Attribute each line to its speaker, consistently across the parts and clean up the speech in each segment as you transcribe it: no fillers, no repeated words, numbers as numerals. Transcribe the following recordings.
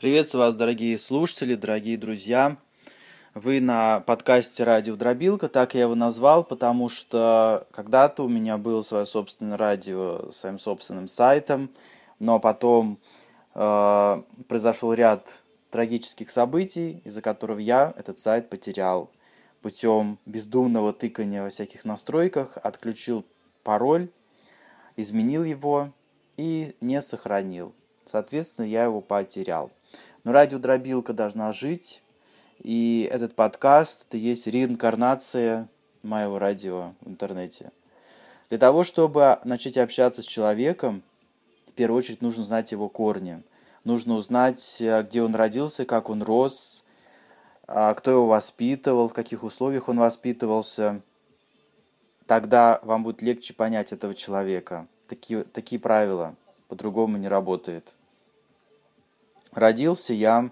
Speaker 1: Приветствую вас, дорогие слушатели, дорогие друзья. Вы на подкасте «Радио Дробилка», так я его назвал, потому что когда-то у меня было свое собственное радио с своим собственным сайтом, но потом произошел ряд трагических событий, из-за которых я этот сайт потерял. Путем бездумного тыкания во всяких настройках отключил пароль, изменил его и не сохранил. Соответственно, я его потерял. Но радиодробилка должна жить, и этот подкаст – это есть реинкарнация моего радио в интернете. Для того, чтобы начать общаться с человеком, в первую очередь нужно знать его корни. Нужно узнать, где он родился, как он рос, кто его воспитывал, в каких условиях он воспитывался. Тогда вам будет легче понять этого человека. Такие правила, по-другому не работает. Родился я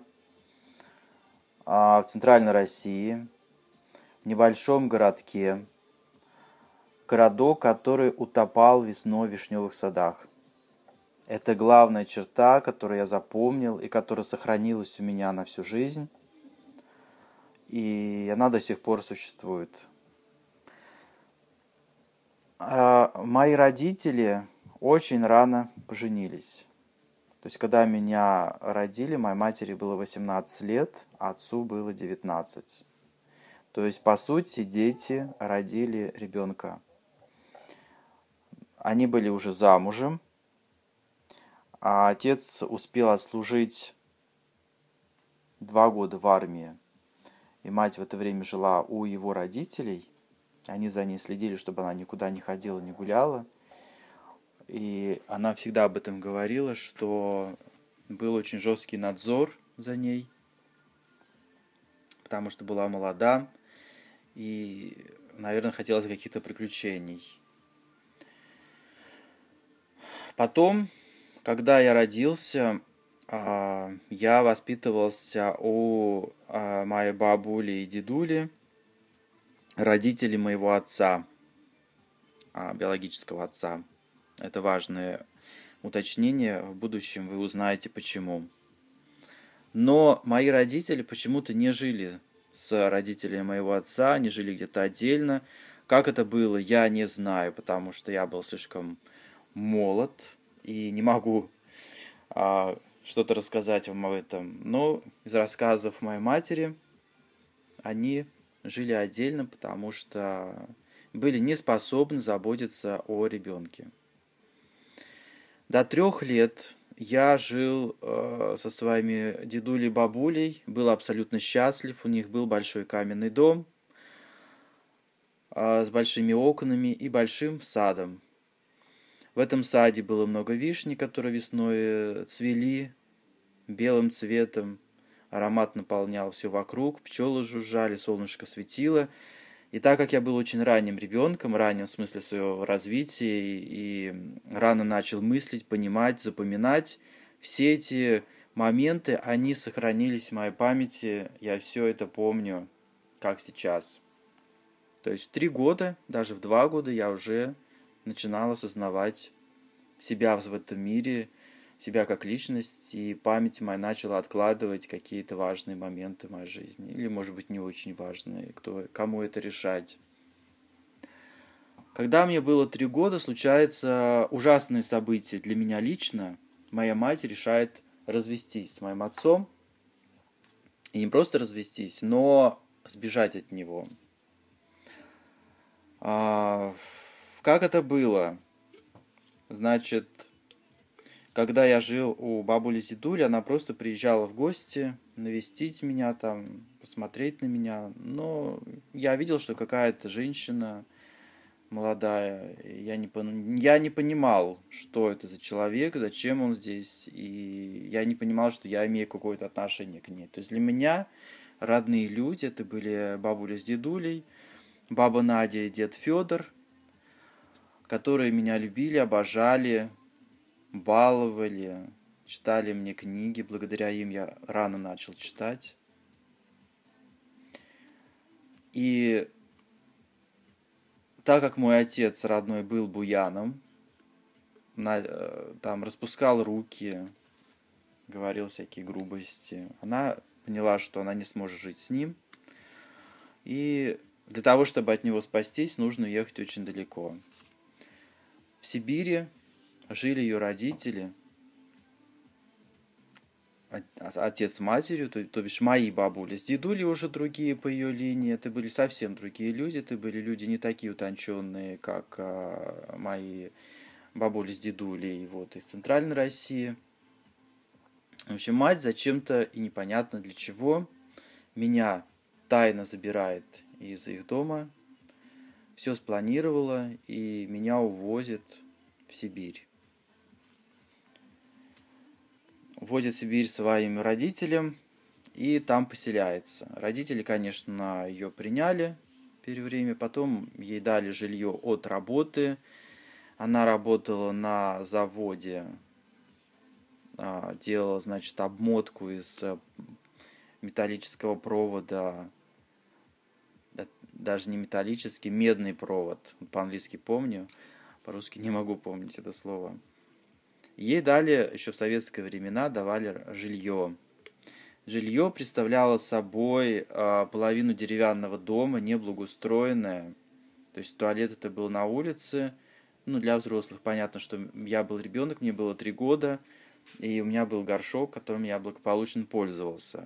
Speaker 1: в Центральной России, в небольшом городке, городок, который утопал весной в вишневых садах. Это главная черта, которую я запомнил и которая сохранилась у меня на всю жизнь, и она до сих пор существует. Мои родители очень рано поженились. То есть, когда меня родили, моей матери было 18 лет, а отцу было 19. То есть, по сути, дети родили ребенка. Они были уже замужем, а отец успел отслужить 2 года в армии. И мать в это время жила у его родителей. Они за ней следили, чтобы она никуда не ходила, не гуляла. И она всегда об этом говорила, что был очень жесткий надзор за ней, потому что была молода и, наверное, хотелось каких-то приключений. Потом, когда я родился, я воспитывался у моей бабули и дедули, родителей моего отца, биологического отца. Это важное уточнение, в будущем вы узнаете почему. Но мои родители почему-то не жили с родителями моего отца, они жили где-то отдельно. Как это было, я не знаю, потому что я был слишком молод и не могу что-то рассказать вам об этом. Но из рассказов моей матери они жили отдельно, потому что были не способны заботиться о ребенке. До 3 лет я жил со своими дедулей и бабулей, был абсолютно счастлив. У них был большой каменный дом с большими окнами и большим садом. В этом саде было много вишни, которые весной цвели белым цветом. Аромат наполнял все вокруг, пчелы жужжали, солнышко светило. И так как я был очень ранним ребенком, ранним в смысле своего развития, и рано начал мыслить, понимать, запоминать, все эти моменты, они сохранились в моей памяти, я все это помню, как сейчас. То есть в 3 года, даже в 2 года я уже начинал осознавать себя в этом мире, себя как личность, и память моя начала откладывать какие-то важные моменты в моей жизни, или, может быть, не очень важные, кому это решать. Когда мне было 3 года, случается ужасное событие для меня лично. Моя мать решает развестись с моим отцом, и не просто развестись, но сбежать от него. Как это было? Значит, когда я жил у бабули Зидули, она просто приезжала в гости, навестить меня там, посмотреть на меня. Но я видел, что какая-то женщина молодая. Я не понимал, что это за человек, зачем он здесь. И я не понимал, что я имею какое-то отношение к ней. То есть для меня родные люди, это были бабуля с дедулей, баба Надя и дед Федор, которые меня любили, обожали, баловали, читали мне книги. Благодаря им я рано начал читать. И так как мой отец родной был буяном, там распускал руки, говорил всякие грубости. Она поняла, что она не сможет жить с ним. И для того, чтобы от него спастись, нужно ехать очень далеко. В Сибири жили ее родители, отец с матерью, то бишь мои бабули с дедулей уже другие по ее линии. Это были совсем другие люди. Это были люди не такие утонченные, как мои бабули с дедулей вот, из Центральной России. В общем, мать зачем-то и непонятно для чего меня тайно забирает из их дома, все спланировала и меня увозит в Сибирь. Увозит в Сибирь своим родителям и там поселяется. Родители, конечно, ее приняли первое время, потом ей дали жилье от работы. Она работала на заводе, делала, значит, обмотку из металлического провода, даже не металлический, медный провод. По-английски помню, по-русски не могу помнить это слово. Ей дали, еще в советские времена, давали жилье. Жилье представляло собой половину деревянного дома, неблагоустроенное. То есть туалет это был на улице. Ну, для взрослых понятно, что я был ребенок, мне было 3 года, и у меня был горшок, которым я благополучно пользовался.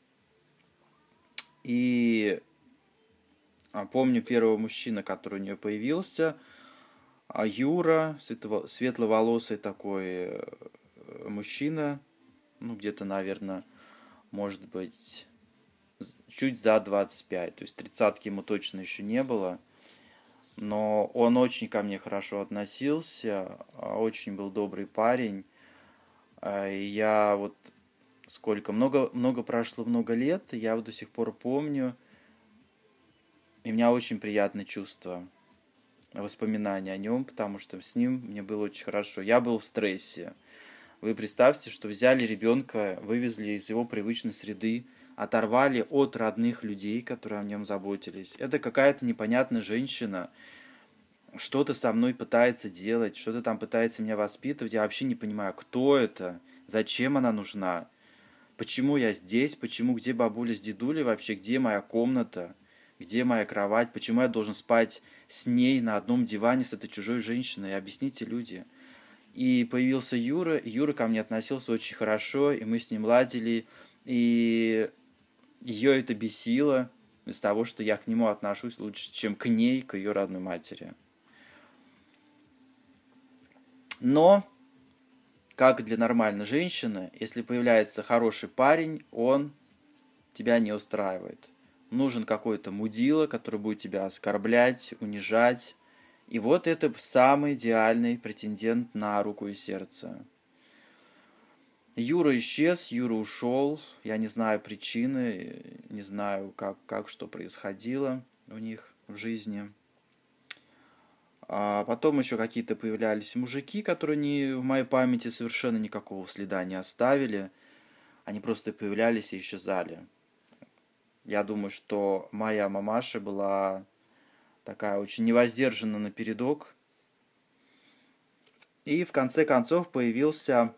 Speaker 1: И помню первого мужчину, который у нее появился, Юра, светловолосый такой мужчина, ну, где-то, наверное, может быть, чуть за 25, то есть 30-ки ему точно еще не было, но он очень ко мне хорошо относился, очень был добрый парень, и я вот много прошло, много лет, я вот до сих пор помню, и у меня очень приятное чувство, воспоминания о нем, потому что с ним мне было очень хорошо. Я был в стрессе. Вы представьте, что взяли ребенка, вывезли из его привычной среды, оторвали от родных людей, которые о нем заботились. Это какая-то непонятная женщина, что-то со мной пытается делать, что-то там пытается меня воспитывать. Я вообще не понимаю, кто это, зачем она нужна, почему я здесь, где бабуля с дедулей вообще, где моя комната, где моя кровать, почему я должен спать с ней на одном диване с этой чужой женщиной, объясните, люди. И появился Юра, и Юра ко мне относился очень хорошо, и мы с ним ладили, и ее это бесило из-за того, что я к нему отношусь лучше, чем к ней, к ее родной матери. Но, как для нормальной женщины, если появляется хороший парень, он тебя не устраивает. Нужен какой-то мудила, который будет тебя оскорблять, унижать. И вот это самый идеальный претендент на руку и сердце. Юра исчез, Юра ушел. Я не знаю причины, не знаю, как что происходило у них в жизни. А потом еще какие-то появлялись мужики, которые в моей памяти совершенно никакого следа не оставили. Они просто появлялись и исчезали. Я думаю, что моя мамаша была такая очень невоздержанная напередок. И в конце концов появился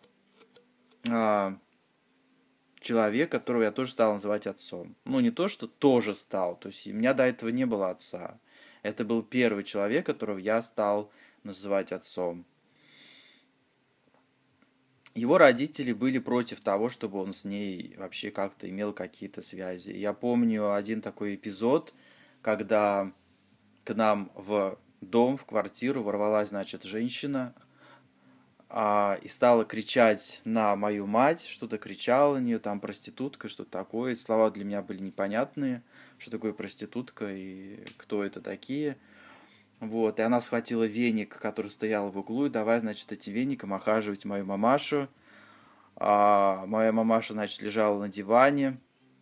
Speaker 1: человек, которого я тоже стал называть отцом. Ну, не то, что тоже стал. То есть у меня до этого не было отца. Это был первый человек, которого я стал называть отцом. Его родители были против того, чтобы он с ней вообще как-то имел какие-то связи. Я помню один такой эпизод, когда к нам в дом, в квартиру ворвалась, значит, женщина и стала кричать на мою мать, что-то кричала на нее, там проститутка, что-то такое. Слова для меня были непонятные, что такое проститутка и кто это такие. Вот, и она схватила веник, который стоял в углу, и давай, значит, этим веником охаживать мою мамашу. А моя мамаша, значит, лежала на диване.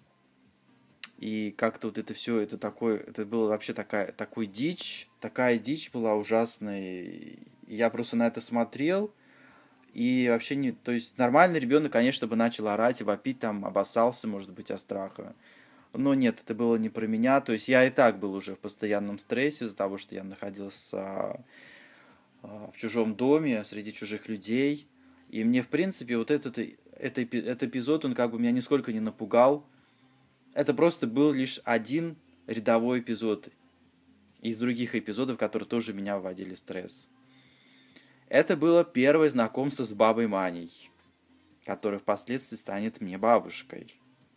Speaker 1: И как-то вот это все, это было вообще такая дичь была ужасная. И я просто на это смотрел, и вообще не... То есть нормальный ребенок, конечно, бы начал орать и вопить, там, обоссался, может быть, от страха. Но нет, это было не про меня. То есть я и так был уже в постоянном стрессе из-за того, что я находился в чужом доме, среди чужих людей. И мне, в принципе, вот этот этот эпизод, он как бы меня нисколько не напугал. Это просто был лишь один рядовой эпизод из других эпизодов, которые тоже меня вводили в стресс. Это было первое знакомство с бабой Маней, которая впоследствии станет мне бабушкой.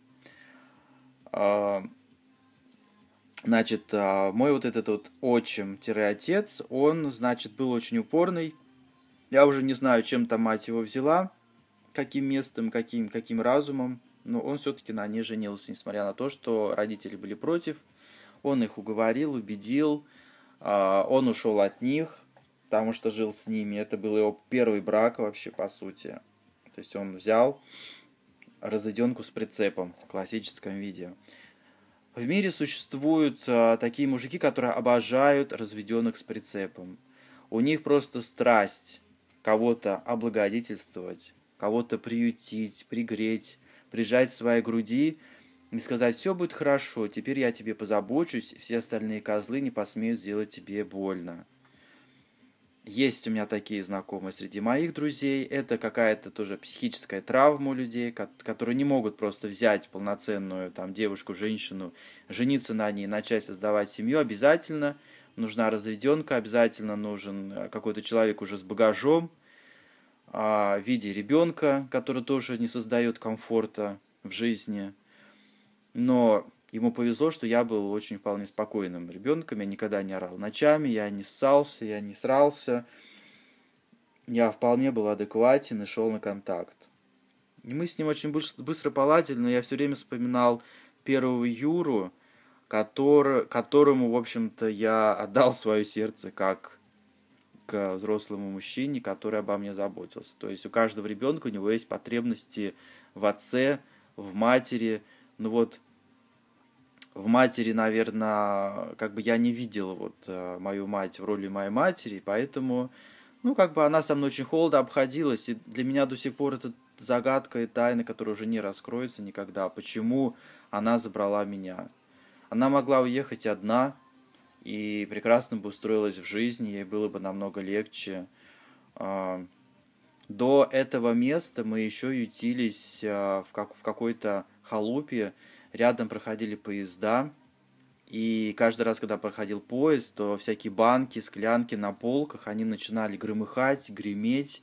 Speaker 1: Значит, мой вот этот вот отчим-отец, он, значит, был очень упорный. Я уже не знаю, чем там мать его взяла, каким местом, каким разумом, но он все-таки на ней женился, несмотря на то, что родители были против. Он их уговорил, убедил, он ушел от них, потому что жил с ними. Это был его первый брак вообще, по сути. То есть он взял разведенку с прицепом в классическом виде. В мире существуют такие мужики, которые обожают разведенных с прицепом. У них просто страсть кого-то облагодетельствовать, кого-то приютить, пригреть, прижать к своей груди и сказать: все будет хорошо, теперь я тебе позабочусь, все остальные козлы не посмеют сделать тебе больно. Есть у меня такие знакомые среди моих друзей. Это какая-то тоже психическая травма у людей, которые не могут просто взять полноценную там девушку, женщину, жениться на ней, начать создавать семью. Обязательно нужна разведенка, обязательно нужен какой-то человек уже с багажом в виде ребенка, который тоже не создает комфорта в жизни. Но ему повезло, что я был очень вполне спокойным ребенком, я никогда не орал ночами, я не ссался, я не срался. Я вполне был адекватен и шел на контакт. И мы с ним очень быстро поладили, но я все время вспоминал первого Юру, которому, в общем-то, я отдал свое сердце как к взрослому мужчине, который обо мне заботился. То есть у каждого ребенка у него есть потребности в отце, в матери. Ну вот в матери, наверное, как бы я не видел вот мою мать в роли моей матери, поэтому, ну, как бы она со мной очень холодно обходилась, и для меня до сих пор это загадка и тайна, которая уже не раскроется никогда, почему она забрала меня. Она могла уехать одна и прекрасно бы устроилась в жизни, ей было бы намного легче. До этого места мы еще ютились в какой-то халупе, рядом проходили поезда, и каждый раз, когда проходил поезд, то всякие банки, склянки на полках, они начинали громыхать, греметь,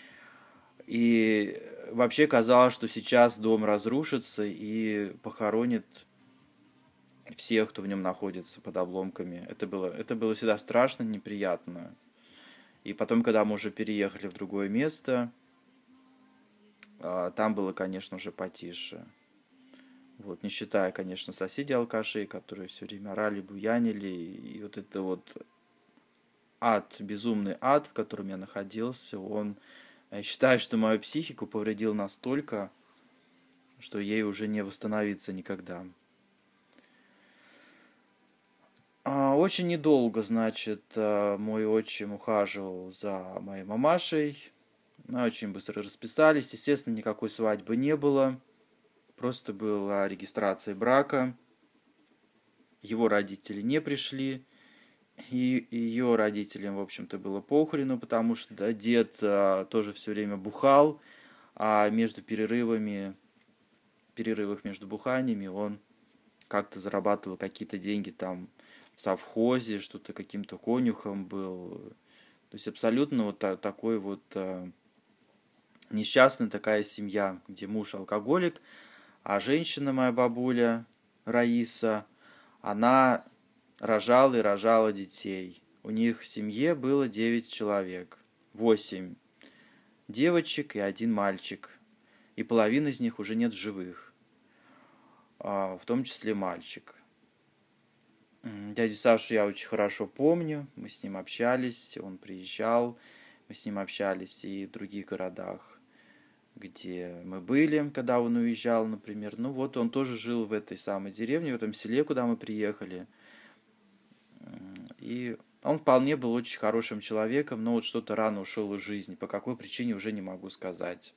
Speaker 1: и вообще казалось, что сейчас дом разрушится и похоронит всех, кто в нем находится под обломками. Это было всегда страшно, неприятно. И потом, когда мы уже переехали в другое место, там было, конечно, уже потише. Вот, не считая, конечно, соседей-алкашей, которые все время орали, буянили. И вот это вот ад, безумный ад, в котором я находился, он, я считаю, что мою психику повредил настолько, что ей уже не восстановиться никогда. Очень недолго, значит, мой отчим ухаживал за моей мамашей. Мы очень быстро расписались. Естественно, никакой свадьбы не было. Просто была регистрация брака. Его родители не пришли. И ее родителям, в общем-то, было похрену, потому что дед тоже все время бухал. А между перерывах между буханиями он как-то зарабатывал какие-то деньги там в совхозе, что-то каким-то конюхом был. То есть абсолютно вот такой вот несчастная такая семья, где муж алкоголик, а женщина, моя бабуля Раиса, она рожала и рожала детей. У них в семье было 9 человек, 8 девочек и 1 мальчик. И половины из них уже нет в живых, в том числе мальчик. Дядю Сашу я очень хорошо помню, мы с ним общались, он приезжал, мы с ним общались и в других городах, где мы были, когда он уезжал, например. Ну вот он тоже жил в этой самой деревне, в этом селе, куда мы приехали. И он вполне был очень хорошим человеком, но вот что-то рано ушел из жизни. По какой причине, уже не могу сказать.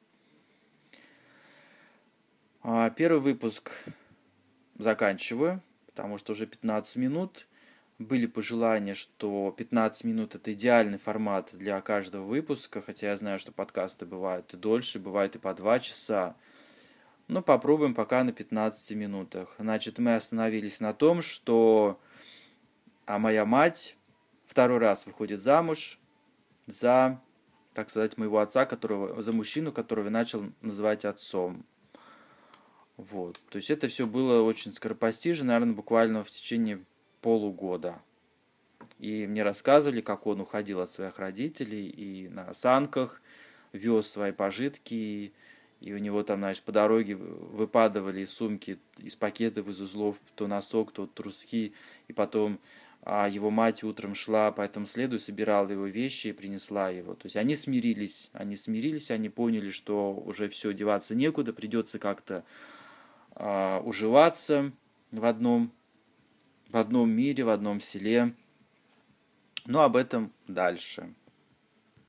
Speaker 1: Первый выпуск заканчиваю, потому что уже 15 минут. были пожелания, что 15 минут это идеальный формат для каждого выпуска, хотя я знаю, что подкасты бывают и дольше, бывают и по 2 часа. Но попробуем пока на 15 минутах. Значит, мы остановились на том, что моя мать второй раз выходит замуж за, так сказать, моего отца, за мужчину, которого я начал называть отцом. Вот. То есть это все было очень скоропостижно, наверное, буквально в течение полугода. И мне рассказывали, как он уходил от своих родителей и на санках вез свои пожитки, и у него там, значит, по дороге выпадывали из сумки, из пакетов, из узлов то носок, то труски, и потом его мать утром шла по этому следу и собирала его вещи и принесла его. То есть они смирились, они поняли, что уже все, деваться некуда, придется как-то уживаться в одном мире, в одном селе. Но об этом дальше.